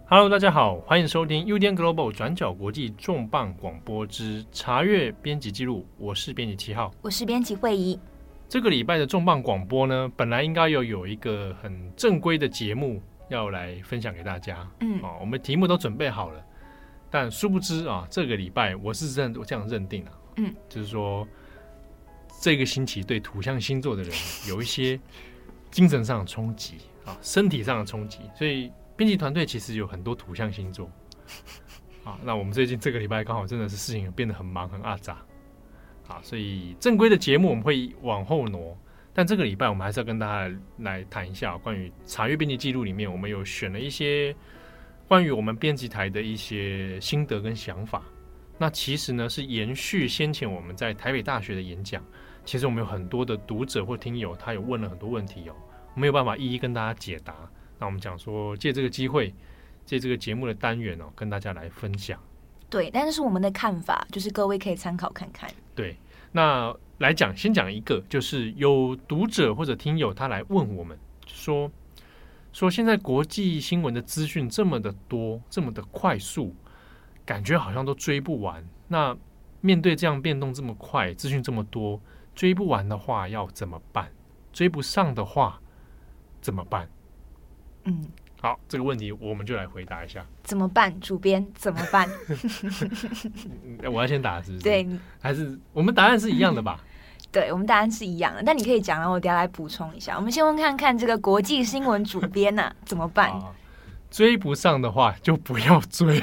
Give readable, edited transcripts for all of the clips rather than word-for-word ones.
Hello， 大家好，欢迎收听 UDN Global 转角国际重磅广播之查阅编辑记录，我是编辑7号， 我是编辑慧仪。 这个礼拜的重磅广播呢，本来应该有一个很正规的节目要来分享给大家，我们题目都准备好了，但殊不知啊，这个礼拜我这样认定就是说这个星期对土象星座的人有一些精神上的冲击啊，身体上的冲击，所以编辑团队其实有很多土象星座那我们最近这个礼拜刚好真的是事情变得很忙很阿杂所以正规的节目我们会往后挪，但这个礼拜我们还是要跟大家来谈一下关于查阅编辑记录里面，我们有选了一些关于我们编辑台的一些心得跟想法。那其实呢是延续先前我们在台北大学的演讲，其实我们有很多的读者或听友他有问了很多问题我没有办法一一跟大家解答，那我们讲说借这个机会，借这个节目的单元跟大家来分享。 对，但是我们的看法就是各位可以参考看看。 对，那来讲，先讲一个，就是有读者或者听友他来问我们说现在国际新闻的资讯这么的多，这么的快速，感觉好像都追不完。那面对这样变动这么快，资讯这么多，追不完的话要怎么办？追不上的话怎么办？好，这个问题我们就来回答一下。 怎么办？主编怎么办？ 我要先答是不是？ 对， 还是我们答案是一样的吧？ 对，我们答案是一样的，但你可以讲，然后我等一下来补充一下。我们先问看看这个国际新闻主编怎么办？ 追不上的话就不要追。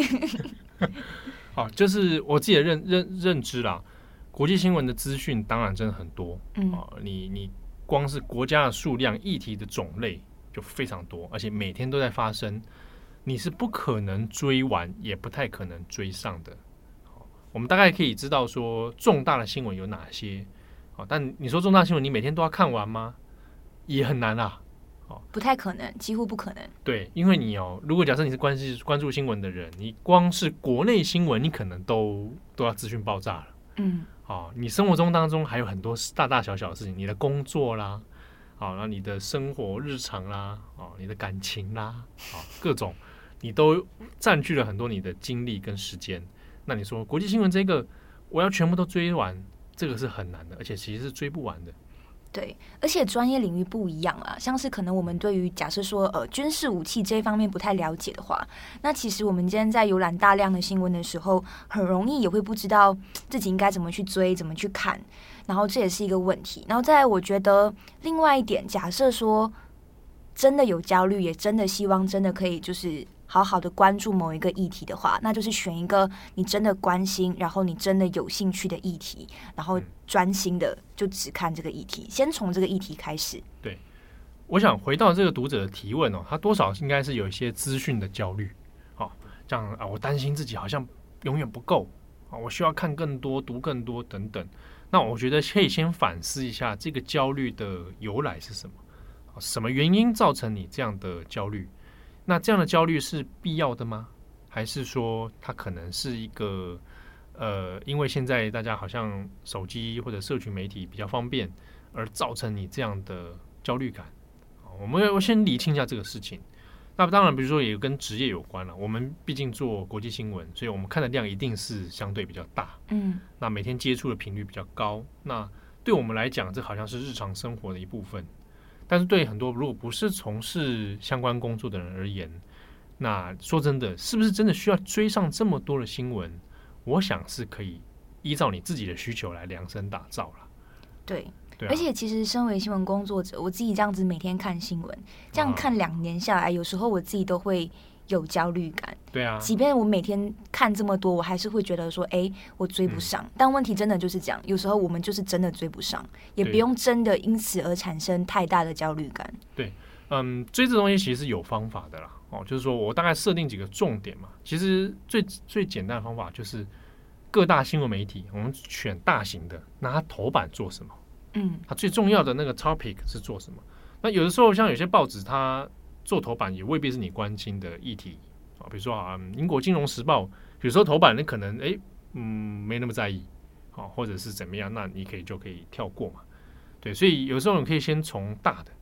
好，就是我自己的认知啦。国际新闻的资讯当然真的很多，你光是国家的数量、议题的种类就非常多，而且每天都在发生，你是不可能追完，也不太可能追上的。我们大概可以知道说重大的新闻有哪些，但你说重大新闻你每天都要看完吗？也很难啦。 不太可能，几乎不可能。 对，因为你如果假设你是关注新闻的人，你光是国内新闻，你可能都要资讯爆炸了。你生活当中还有很多大大小小的事情，你的工作啦，然后你的生活日常啦，你的感情啦，各种你都占据了很多你的精力跟时间。那你说国际新闻这个我要全部都追完，这个是很难的，而且其实是追不完的。 对，而且专业领域不一样啦，像是可能我们对于假设说军事武器这一方面不太了解的话，那其实我们今天在浏览大量的新闻的时候，很容易也会不知道自己应该怎么去追，怎么去看，然后这也是一个问题。然后再来我觉得另外一点，假设说真的有焦虑，也真的希望真的可以就是好好的关注某一个议题的话，那就是选一个你真的关心，然后你真的有兴趣的议题，然后专心的就只看这个议题，先从这个议题开始。 对，我想回到这个读者的提问他多少应该是有一些资讯的焦虑，这样我担心自己好像永远不够我需要看更多、读更多等等。那我觉得可以先反思一下这个焦虑的由来是什么，什么原因造成你这样的焦虑？那这样的焦虑是必要的吗？还是说它可能是一个因为现在大家好像手机或者社群媒体比较方便，而造成你这样的焦虑感？我们要先厘清一下这个事情。那当然，比如说也跟职业有关了。我们毕竟做国际新闻，所以我们看的量一定是相对比较大。那每天接触的频率比较高。那对我们来讲，这好像是日常生活的一部分。但是对很多如果不是从事相关工作的人而言，那说真的，是不是真的需要追上这么多的新闻？我想是可以依照你自己的需求来量身打造了。 对，而且其实身为新闻工作者，我自己这样子每天看新闻，这样看2年下来，有时候我自己都会有焦虑感。 对啊， 即便我每天看这么多，我还是会觉得说我追不上。但问题真的就是这样，有时候我们就是真的追不上，也不用真的因此而产生太大的焦虑感。 对，追这东西其实是有方法的啦。就是说我大概设定几个重点嘛。其实最简单的方法就是各大新闻媒体，我们选大型的，那它头版做什么？它最重要的那个 topic 是做什么？那有的时候像有些报纸，它做头版也未必是你关心的议题比如说英国金融时报，有时候头版你可能没那么在意或者是怎么样，那你就可以跳过嘛。对，所以有时候你可以先从大的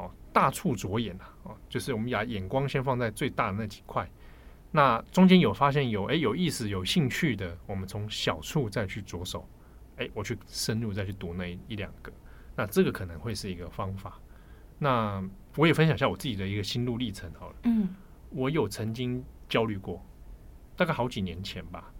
大处着眼就是我们把眼光先放在最大的那几块，那中间有发现有意思有兴趣的，我们从小处再去着手，我去深入再去读那一两个，那这个可能会是一个方法。那我也分享一下我自己的一个心路历程好了。我有曾经焦虑过，大概好几年前吧。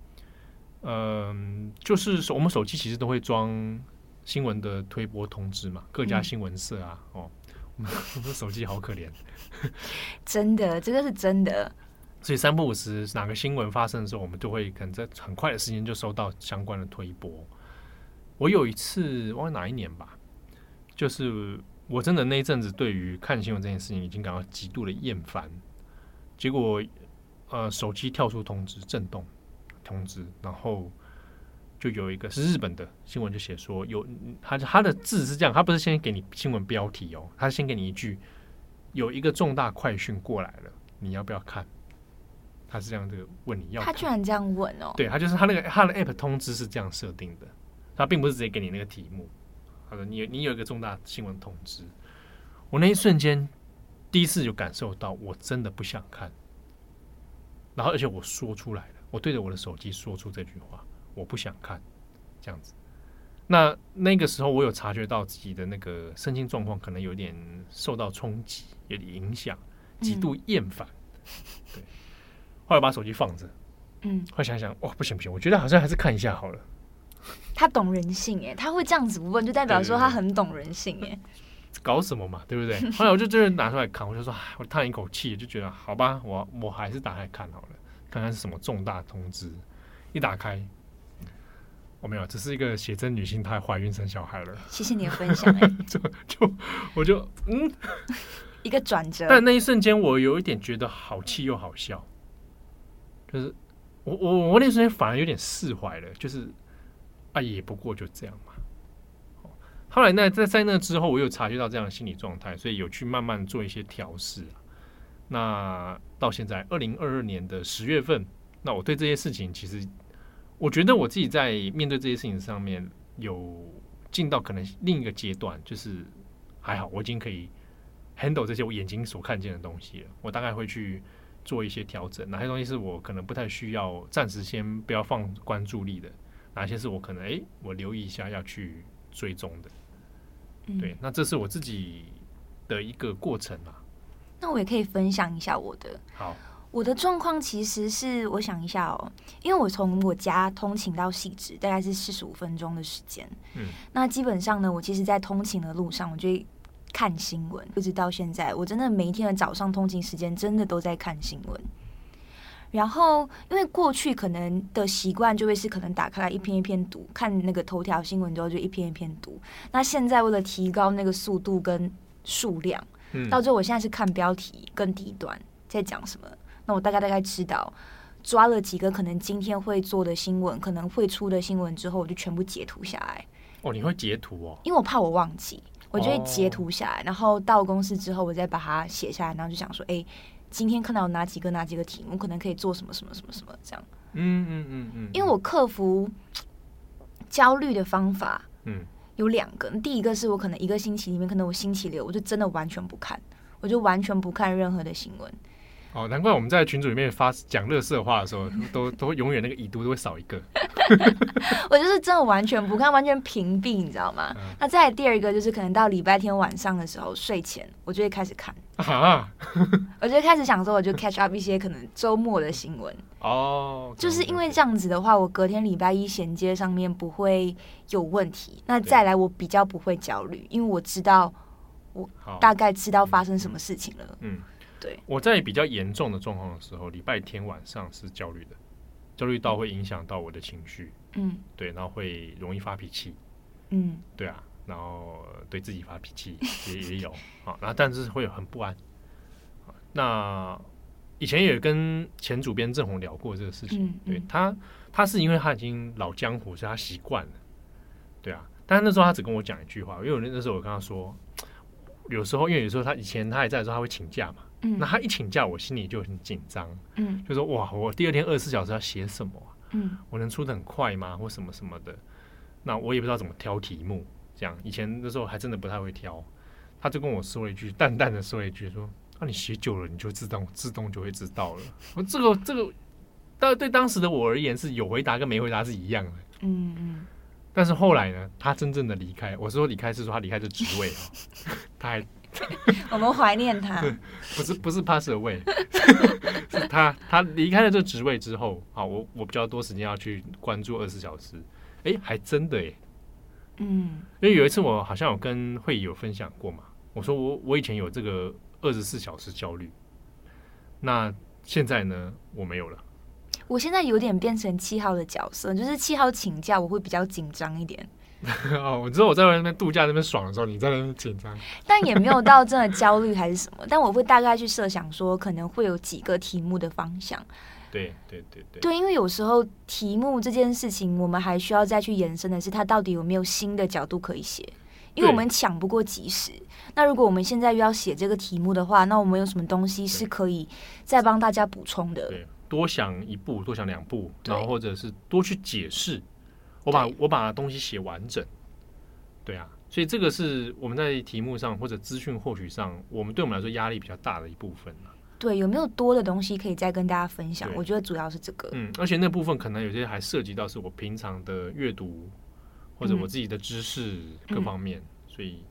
就是我们手机其实都会装新闻的推播通知嘛，各家新闻社啊，我们的手机好可怜， 真的，这个是真的。 所以3不5时哪个新闻发生的时候，我们就会可能在很快的时间就收到相关的推播。我有一次忘了哪一年吧，就是我真的那一阵子对于看新闻这件事情已经感到极度的厌烦，结果手机跳出通知震动通知，然后就有一个是日本的新闻就写说他的字是这样，他不是先给你新闻标题他先给你一句有一个重大快讯过来了，你要不要看？他是这样问你要看， 他居然这样问对，他就是他的 app 通知是这样设定的，他并不是直接给你那个题目，他说你有一个重大新闻通知。我那一瞬间第一次就感受到我真的不想看，然后而且我说出来了，我对着我的手机说出这句话，我不想看，这样子。那个时候我有察觉到自己的那个身心状况可能有点受到冲击，有点影响，极度厌烦。对，后来把手机放着，后来想想，不行，我觉得好像还是看一下好了。 他懂人性耶，他会这样子问，就代表说他很懂人性耶。 搞什么嘛，对不对？后来我就真的拿出来看，我就说，我叹一口气，就觉得好吧，我还是打开看好了，看看是什么重大通知。一打开，没有，只是一个写真女性，她怀孕生小孩了。 谢谢你的分享我就一个转折。 但那一瞬间，我有一点觉得好气又好笑，就是我那瞬间反而有点释怀了，就是也不过就这样嘛。后来在那之后，我有察觉到这样的心理状态，所以有去慢慢做一些调试。那到现在2022年的10月份，那我对这些事情，其实我觉得我自己在面对这些事情上面有进到可能另一个阶段，就是还好，我已经可以 handle 这些我眼睛所看见的东西了。我大概会去做一些调整，哪些东西是我可能不太需要，暂时先不要放关注力的，哪些是我可能我留意一下要去追踪的。对，那这是我自己的一个过程嘛。 那我也可以分享一下我的。 好， 我的状况其实是，我想一下因为我从我家通勤到汐止大概是45分钟的时间。那基本上呢，我其实在通勤的路上，我就会看新闻，一直到现在，我真的每一天的早上通勤时间真的都在看新闻。然后，因为过去可能的习惯就会是可能打开来一篇一篇读，看那个头条新闻之后就一篇一篇读。那现在为了提高那个速度跟数量，到最后我现在是看标题跟第一段在讲什么。那我大概知道，抓了几个可能今天会做的新闻，可能会出的新闻之后，我就全部截图下来。 你会截图因为我怕我忘记，我就会截图下来，然后到公司之后，我再把它写下来，然后就想说，今天看到哪几个题目，可能可以做什么什么什么什么这样。因为我克服焦虑的方法，有2个。第一个是我可能1个星期里面，可能我星期六我就真的完全不看，我就完全不看任何的新闻。 难怪我们在群组里面讲垃圾话的时候，都永远那个已读都会少一个。 我就是真的完全不看，完全屏蔽，你知道吗？那再来第2个就是可能到礼拜天晚上的时候睡前，我就会开始看。我就会开始想说，我就 catch up 一些可能周末的新闻。就是因为这样子的话，我隔天礼拜一衔接上面不会有问题。那再来，我比较不会焦虑，因为我知道我大概知道发生什么事情了。对， 我在比较严重的状况的时候，礼拜天晚上是焦虑的，焦虑到会影响到我的情绪。对，然后会容易发脾气。对啊，然后对自己发脾气也有然后但是会很不安。那以前也跟前主编郑红聊过这个事情。对，他是因为他已经老江湖，所以他习惯了。对啊，但是那时候他只跟我讲一句话，因为那时候我跟他说，有时候因为有时候他以前他还在的时候他会请假嘛。那他一请假，我心里就很紧张。就说哇，我第2天24小时要写什么我能出得很快吗？或什么什么的。那我也不知道怎么挑题目，这样以前的时候还真的不太会挑。 他就跟我说了一句，淡淡的说了一句说：“啊，你写久了，你就自动就会知道了。”这个，对当时的我而言是有回答跟没回答是一样的。但是后来呢，他真正的离开，我说离开是说他离开这职位他还我们怀念他， 不是 pass away， 是他离开了这职位之后，我比较多时间要去关注24小时，还真的因为有一次我好像有跟会友分享过嘛，我说我以前有这个24小时焦虑，那现在呢我没有了。 我现在有点变成7号的角色，就是7号请假我会比较紧张一点。 我知道我在那边度假那边爽的时候，你在那边紧张， 但也没有到真的焦虑还是什么。但我会大概去设想说，可能会有几个题目的方向。 对， 因为有时候题目这件事情，我们还需要再去延伸的是，它到底有没有新的角度可以写？因为我们抢不过即时。那如果我们现在又要写这个题目的话，那我们有什么东西是可以再帮大家补充的？ 对，多想一步，多想2步，然后或者是多去解释。我把东西写完整，对啊，所以这个是我们在题目上或者资讯获取上，对我们来说压力比较大的一部分。 对，有没有多的东西可以再跟大家分享？我觉得主要是这个。 而且那部分可能有些还涉及到是我平常的阅读或者我自己的知识各方面，所以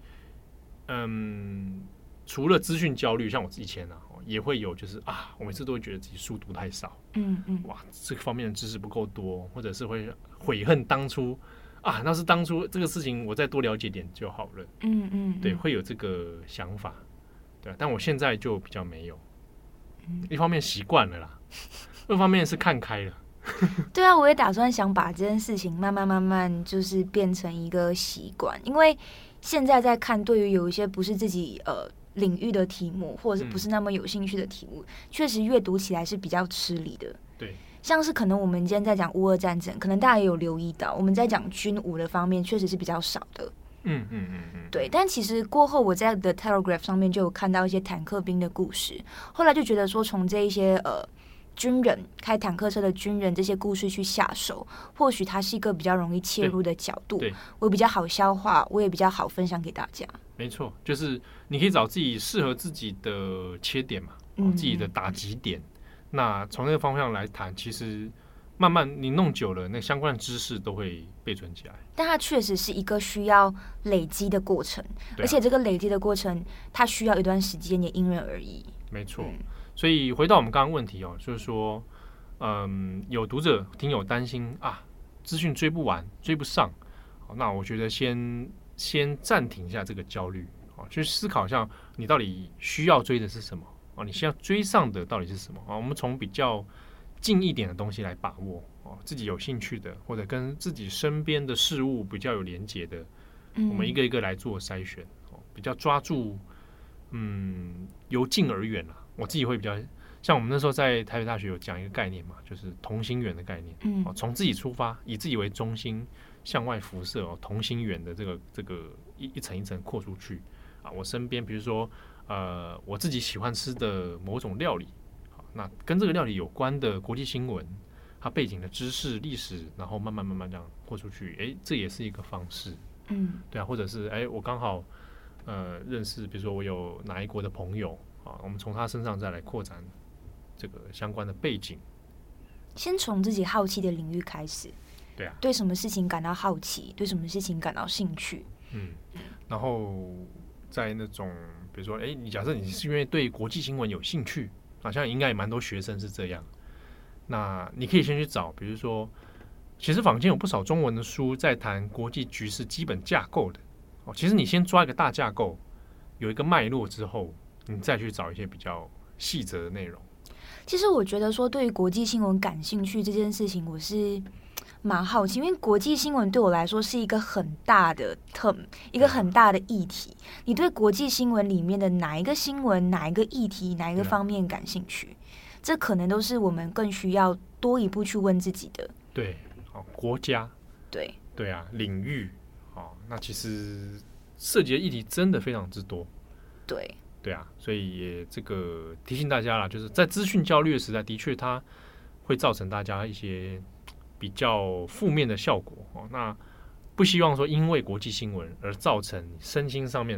除了资讯焦虑，像我以前也会有，就是我每次都会觉得自己书读太少，哇，这个方面的知识不够多，或者是会悔恨当初要是当初这个事情我再多了解点就好了，对，会有这个想法，对，但我现在就比较没有，一方面习惯了啦，二方面是看开了。 对啊，我也打算想把这件事情慢慢就是变成一个习惯，因为现在在看，对于有一些不是自己领域的题目，或者是不是那么有兴趣的题目，确实阅读起来是比较吃力的。 对， 像是可能我们今天在讲乌俄战争，可能大家也有留意到，我们在讲军武的方面确实是比较少的。对，但其实过后我在 The Telegraph 上面就有看到一些坦克兵的故事，后来就觉得说从这一些军人开坦克车的军人这些故事去下手，或许它是一个比较容易切入的角度，我比较好消化，我也比较好分享给大家。 没错，就是你可以找自己适合自己的切点嘛，自己的打击点。那从那个方向来谈，其实慢慢你弄久了，那相关的知识都会备存起来。 但它确实是一个需要累积的过程，而且这个累积的过程，它需要一段时间，也因人而异。 没错。所以回到我们刚刚问题就是说，有读者听友担心资讯追不完、追不上，那我觉得先暂停一下这个焦虑，去思考一下你到底需要追的是什么，你需要追上的到底是什么，我们从比较近一点的东西来把握，自己有兴趣的或者跟自己身边的事物比较有连结的，我们一个一个来做筛选，比较抓住由近而远啦。我自己会比较像我们那时候在台北大学有讲一个概念嘛，就是同心圆的概念，从自己出发，以自己为中心向外辐射，同心圆的这个一层一层扩出去我身边比如说我自己喜欢吃的某种料理，那跟这个料理有关的国际新闻，它背景的知识历史，然后慢慢这样扩出去，这也是一个方式，对啊，或者是我刚好认识，比如说我有哪一国的朋友我们从他身上再来扩展这个相关的背景， 先从自己好奇的领域开始， 对啊， 对什么事情感到好奇，对什么事情感到兴趣， 然后在那种比如说你假设你是因为对国际新闻有兴趣，好像应该也蛮多学生是这样，那你可以先去找，比如说其实坊间有不少中文的书在谈国际局势基本架构的，其实你先抓一个大架构，有一个脉络之后，你再去找一些比较细则的内容。 其实我觉得说对于国际新闻感兴趣这件事情，我是蛮好奇，因为国际新闻对我来说是一个很大的 term， 一个很大的议题。你对国际新闻里面的哪一个新闻、哪一个议题、哪一个方面感兴趣，这可能都是我们更需要多一步去问自己的。 对，国家， 对啊，领域，那其实涉及的议题真的非常之多。对啊，所以也这个提醒大家啦，就是在资讯焦虑的时代，的确它会造成大家一些比较负面的效果那不希望说因为国际新闻而造成身心上面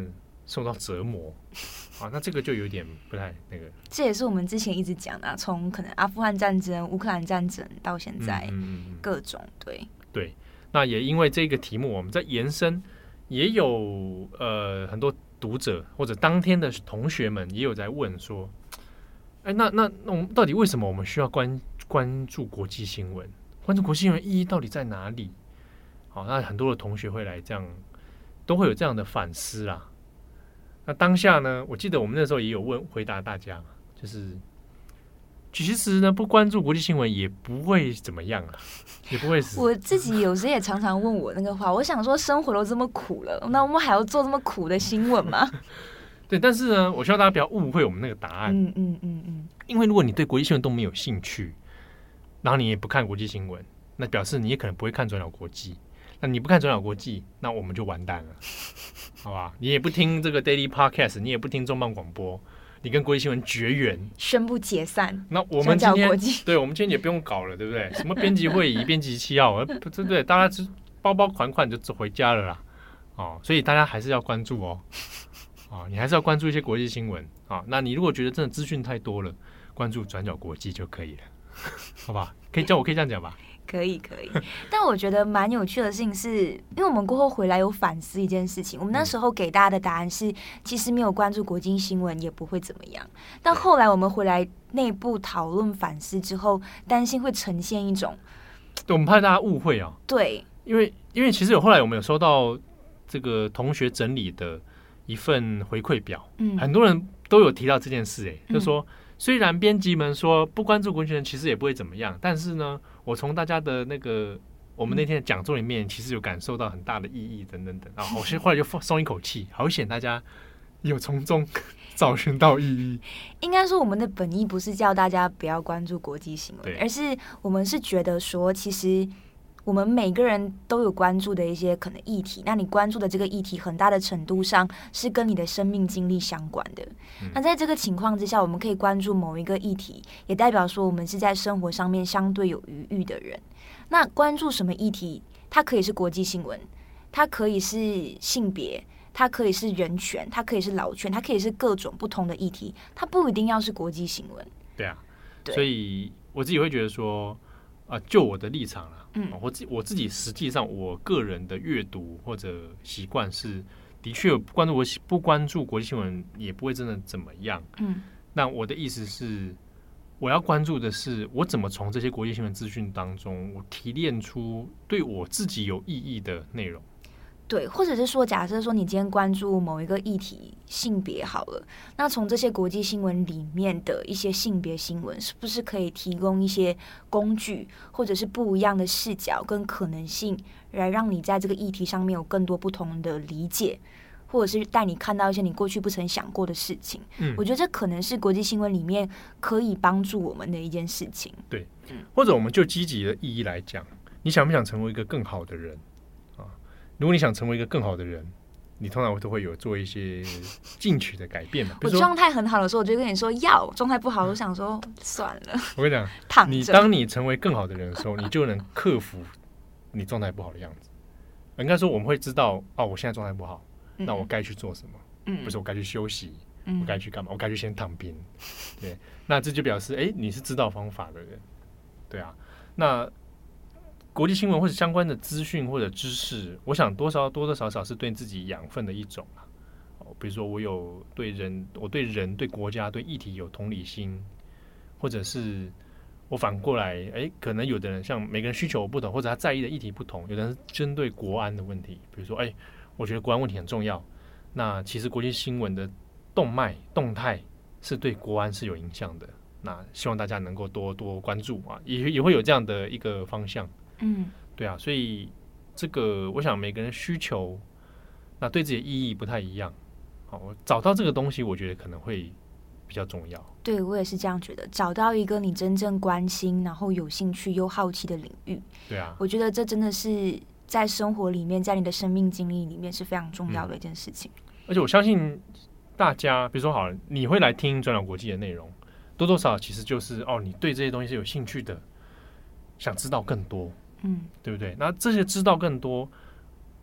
受到折磨啊，那这个就有点不太那个。 这也是我们之前一直讲的，从可能阿富汗战争、乌克兰战争到现在各种对。那也因为这个题目，我们在延伸，也有很多读者或者当天的同学们也有在问说，哎，那我们到底为什么我们需要关注国际新闻？关注国际新闻意义到底在哪里？好，那很多的同学会来这样，都会有这样的反思啦。那当下呢，我记得我们那时候也有回答大家，就是其实呢，不关注国际新闻也不会怎么样啊，也不会死。 我自己有时也常常问我那个话，我想说，生活都这么苦了，那我们还要做这么苦的新闻吗？ 对，但是呢，我希望大家不要误会我们那个答案。因为如果你对国际新闻都没有兴趣，然后你也不看国际新闻，那表示你也可能不会看转角国际。那你不看转角国际，那我们就完蛋了，好吧？你也不听这个 Daily Podcast， 你也不听重磅广播，你跟国际新闻绝缘， 宣布解散。 那我们今天，对，我们今天也不用搞了，对不对？什么编辑会议、编辑7号，对不对？大家包款就走回家了啦。哦，所以大家还是要关注哦。啊，你还是要关注一些国际新闻啊。那你如果觉得真的资讯太多了，关注转角国际就可以了，好吧？可以这样讲吧？ 可以，但我觉得蛮有趣的事情是，因为我们过后回来有反思一件事情，我们那时候给大家的答案是，其实没有关注国际新闻也不会怎么样。但后来我们回来内部讨论反思之后，担心会呈现一种， 对，我们怕大家误会啊。 对， 因为其实后来我们有收到这个同学整理的一份回馈表，很多人都有提到这件事，就说虽然编辑们说不关注国际新闻其实也不会怎么样，但是呢，我从大家的那个我们那天的讲座里面，其实有感受到很大的意义等等等。然后我后来就松一口气，好险大家有从中找寻到意义。 应该说我们的本意不是叫大家不要关注国际新闻，而是我们是觉得说，其实我们每个人都有关注的一些可能议题，那你关注的这个议题很大的程度上是跟你的生命经历相关的。那在这个情况之下，我们可以关注某一个议题，也代表说我们是在生活上面相对有余裕的人。那关注什么议题，它可以是国际新闻，它可以是性别，它可以是人权，它可以是劳权，它可以是各种不同的议题，它不一定要是国际新闻。 对啊，所以我自己会觉得说，就我的立场啦，我自己实际上我个人的阅读或者习惯是，的确不关注国际新闻也不会真的怎么样。那我的意思是，我要关注的是我怎么从这些国际新闻资讯当中，我提炼出对我自己有意义的内容。 对，或者是说，假设说你今天关注某一个议题，性别好了，那从这些国际新闻里面的一些性别新闻，是不是可以提供一些工具，或者是不一样的视角跟可能性，来让你在这个议题上面有更多不同的理解，或者是带你看到一些你过去不曾想过的事情。我觉得这可能是国际新闻里面可以帮助我们的一件事情。 对，或者我们就积极的意义来讲，你想不想成为一个更好的人？如果你想成为一个更好的人，你通常都会有做一些进取的改变嘛。 我状态很好的时候，我就跟你说要；状态不好，我想说算了。 我跟你讲，当你成为更好的人的时候，你就能克服你状态不好的样子。应该说，我们会知道我现在状态不好，那我该去做什么？比如说我该去休息，我该去干嘛？我该去先躺平。对，那这就表示，你是知道方法的人。对啊，那国际新闻或者相关的资讯或者知识，我想多多少少是对自己养分的一种比如说我对人、对国家、对议题有同理心，或者是我反过来，可能有的人像每个人需求不同，或者他在意的议题不同，有的人是针对国安的问题，比如说，我觉得国安问题很重要，那其实国际新闻的动态是对国安是有影响的，那希望大家能够多多关注也会有这样的一个方向。对啊，所以这个我想每个人需求，那对自己的意义不太一样。找到这个东西，我觉得可能会比较重要。 对，我也是这样觉得。找到一个你真正关心，然后有兴趣又好奇的领域。 对啊， 我觉得这真的是在生活里面，在你的生命经历里面是非常重要的一件事情。 而且我相信大家，比如说好了，你会来听转角国际的内容，多多少少其实就是你对这些东西是有兴趣的，想知道更多。对不对？那这些知道更多，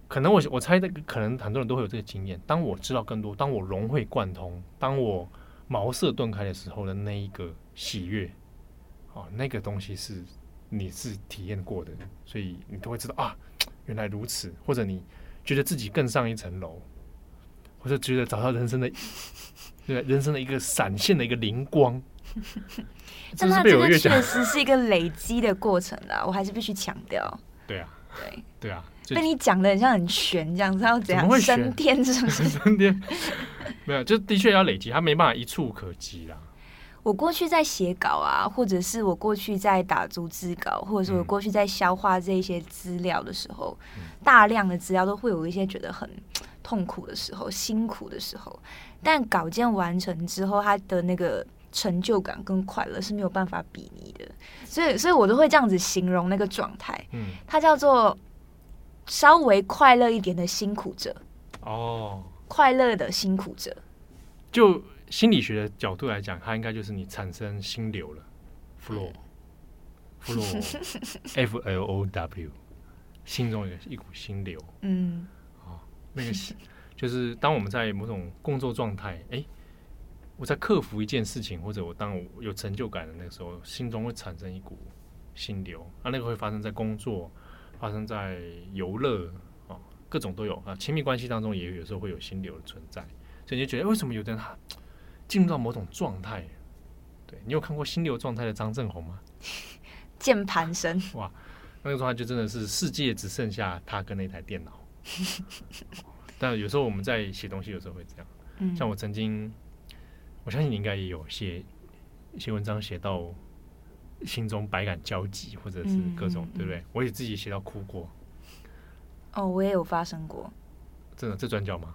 可能我猜可能很多人都会有这个经验。当我知道更多，当我融会贯通，当我茅塞顿开的时候的那一个喜悦，那个东西是你是体验过的，所以你都会知道啊，原来如此，或者你觉得自己更上一层楼，或者觉得找到人生的一个闪现的一个灵光。 但它这个确实是一个累积的过程啦，我还是必须强调。 对啊，对啊， 被你讲的很像很玄这样子，要怎样升天是不是？ 升天没有，就的确要累积，它没办法一触可及啦。 我过去在写稿啊，或者是我过去在打逐字稿，或者是我过去在消化这些资料的时候，大量的资料都会有一些觉得很痛苦的时候、辛苦的时候，但稿件完成之后，它的那个成就感跟快乐是没有办法比拟的，所以我都会这样子形容那个状态，它叫做稍微快乐一点的辛苦者。快乐的辛苦者。 就心理学的角度来讲，它应该就是你产生心流了 ，flow F-L-O-W， 心中有一股心流。那个就是当我们在某种工作状态，我在克服一件事情，或者当我有成就感的那个时候，心中会产生一股心流。那个会发生在工作，发生在游乐，各种都有啊。亲密关系当中也有时候会有心流的存在，所以你就觉得为什么有的人进入到某种状态？对，你有看过心流状态的张正宏吗？ 键盘声， 哇，那个状态就真的是世界只剩下他跟那台电脑。但有时候我们在写东西，有时候会这样。像我曾经，我相信你应该也有写文章写到心中百感交集，或者是各种，对不对？我也自己写到哭过。 我也有发生过。 真的，这转角吗？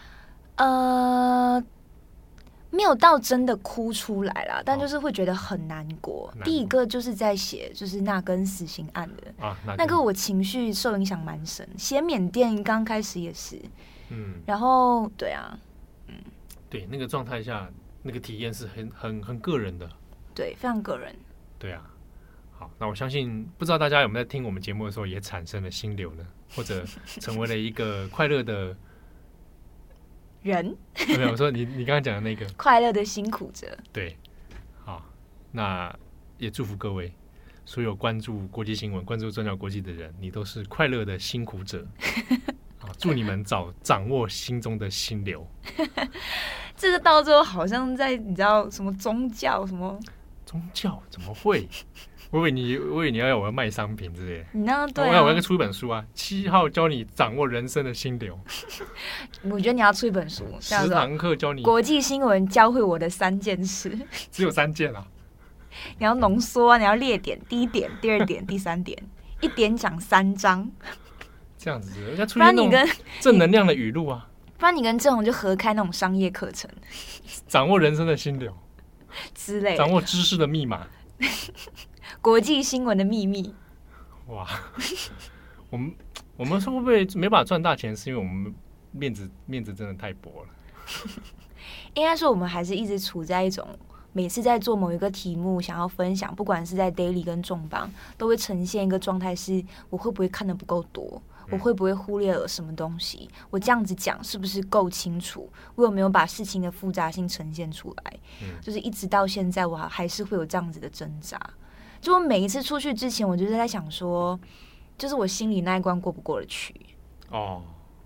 没有到真的哭出来啦，但就是会觉得很难过。第一个就是在写就是那根死刑案的那个，我情绪受影响蛮深。写缅甸刚开始也是，然后对啊， 对，那个状态下那个体验是很个人的， 对，非常个人。 对啊，好，那我相信不知道大家有没有在听我们节目的时候也产生了心流呢，或者成为了一个快乐的人。 没有，我说你刚刚讲的那个快乐的辛苦者。 对，好，那也祝福各位所有关注国际新闻、关注转角国际的人，你都是快乐的辛苦者。祝你们掌握心中的心流。 这个到最后好像在你知道什么宗教什么？ 宗教怎么会？我以为你要我要卖商品之类的。 你那对啊， 我要出一本书啊，7号教你掌握人生的心流。 我觉得你要出一本书 ，10堂课教你国际新闻教会我的3件事。 只有3件啊？ 你要浓缩啊，你要列点，第1点、第2点、第3点，1点讲3章。 这样子，人家出现那种正能量的语录啊。 不然你跟郑红就合开那种商业课程， 掌握人生的心流之类的， 掌握知识的密码， 国际新闻的秘密。 哇，我们会不会没办法赚大钱？是因为我们面子真的太薄了。 应该说，我们还是一直处在一种每次在做某一个题目想要分享，不管是在 daily 跟重磅，都会呈现一个状态是：我会不会看得不够多？我会不会忽略了什么东西？我这样子讲是不是够清楚？我有没有把事情的复杂性呈现出来？就是一直到现在，我还是会有这样子的挣扎。就我每一次出去之前，我就是在想说，就是我心里那一关过不过得去。 好，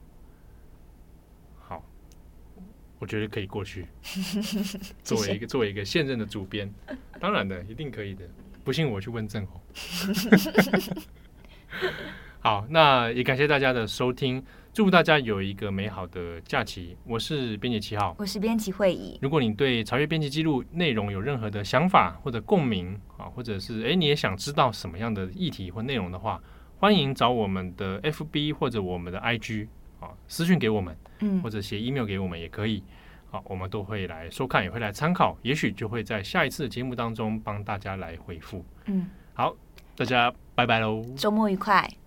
我觉得可以过去。作为一个现任的主编，当然的，一定可以的。不信我去问郑红。好，那也感谢大家的收听，祝大家有一个美好的假期。我是编辑7号， 我是编辑慧仪。 如果你对查阅编辑记录内容有任何的想法或者共鸣或者是你也想知道什么样的议题或内容的话，欢迎找我们的 FB 或者我们的 IG 私讯给我们，或者写 email 给我们也可以。我们都会来收看，也会来参考，也许就会在下一次的节目当中帮大家来回复。好，大家拜拜喽， 周末愉快。